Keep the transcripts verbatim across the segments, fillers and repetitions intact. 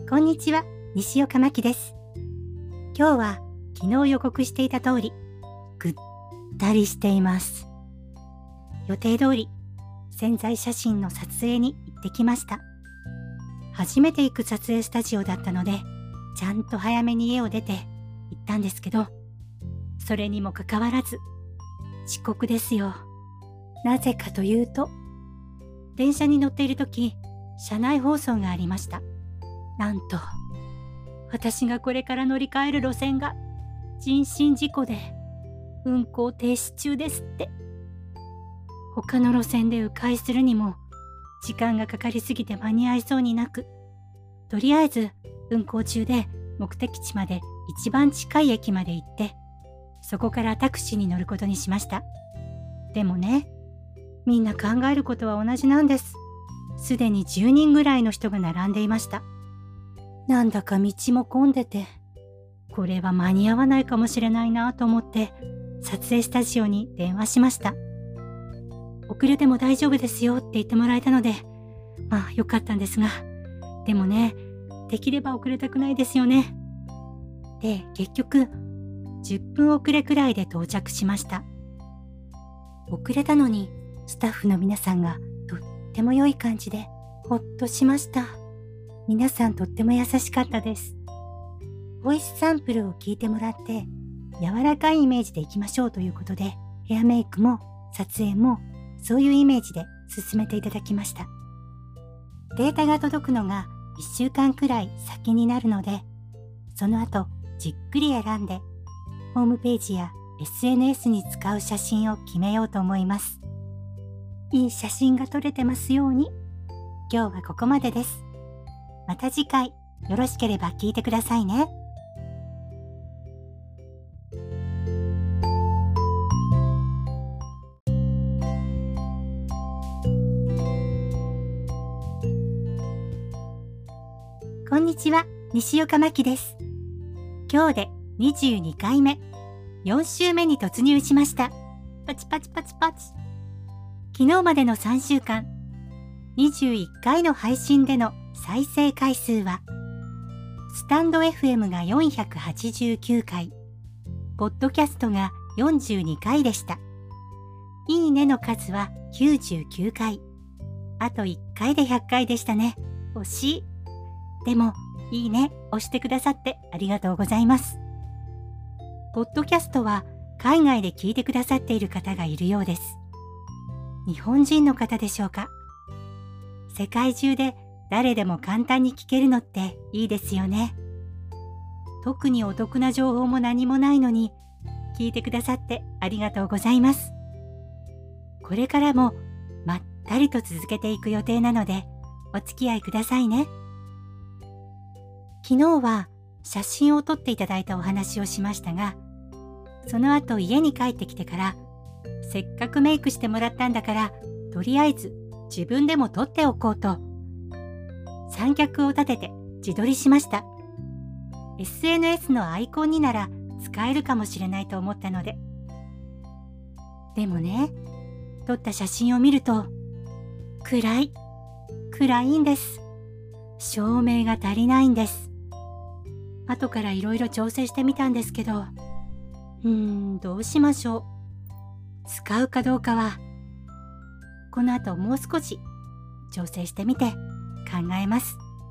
こんにちは、西岡真希です。今日は昨日予告していた通り、ぐったりしています。予定通り、宣材写真の撮影に行ってきました。初めて行く撮影スタジオだったので、ちゃんと早めに家を出て行ったんですけど、それにもかかわらず、遅刻ですよ。なぜかというと、電車に乗っているとき、車内放送がありました。なんと、私がこれから乗り換える路線が人身事故で運行停止中ですって。他の路線で迂回するにも時間がかかりすぎて間に合いそうになく、とりあえず運行中で目的地まで一番近い駅まで行って、そこからタクシーに乗ることにしました。でもね、みんな考えることは同じなんです。すでにじゅうにんぐらいの人が並んでいました。なんだか道も混んでて、これは間に合わないかもしれないなと思って撮影スタジオに電話しました。遅れても大丈夫ですよって言ってもらえたので、まあよかったんですが、でもね、できれば遅れたくないですよね。で、結局じゅっぷん遅れくらいで到着しました。遅れたのにスタッフの皆さんがとっても良い感じでほっとしました。皆さんとっても優しかったです。ボイスサンプルを聞いてもらって柔らかいイメージでいきましょうということで、ヘアメイクも撮影もそういうイメージで進めていただきました。データが届くのがいっしゅうかんくらい先になるので、その後じっくり選んでホームページや エスエヌエス に使う写真を決めようと思います。いい写真が撮れてますように。今日はここまでです。また次回よろしければ聞いてくださいね。こんにちは、西岡真希です。今日でにじゅうにかいめ、よん週目に突入しました。パチパチパチパチ。昨日までのさんしゅうかん、にじゅういっかいの配信での再生回数は、スタンド エフエム がよんひゃくはちじゅうきゅうかい、ポッドキャストがよんじゅうにかいでした。いいねの数はきゅうじゅうきゅうかい。あといっかいでひゃっかいでしたね。惜しい。でも、いいね押してくださってありがとうございます。ポッドキャストは海外で聞いてくださっている方がいるようです。日本人の方でしょうか。世界中で誰でも簡単に聞けるのっていいですよね。特にお得な情報も何もないのに、聞いてくださってありがとうございます。これからもまったりと続けていく予定なので、お付き合いくださいね。昨日は写真を撮っていただいたお話をしましたが、その後家に帰ってきてから、せっかくメイクしてもらったんだから、とりあえず自分でも撮っておこうと、三脚を立てて自撮りしました。エスエヌエス のアイコンになら使えるかもしれないと思ったので。でもね、撮った写真を見ると、暗い、暗いんです。照明が足りないんです。後からいろいろ調整してみたんですけど、うーん、どうしましょう。使うかどうかは、この後もう少し調整してみて考えます。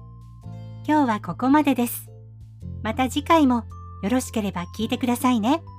今日はここまでです。また次回もよろしければ聞いてくださいね。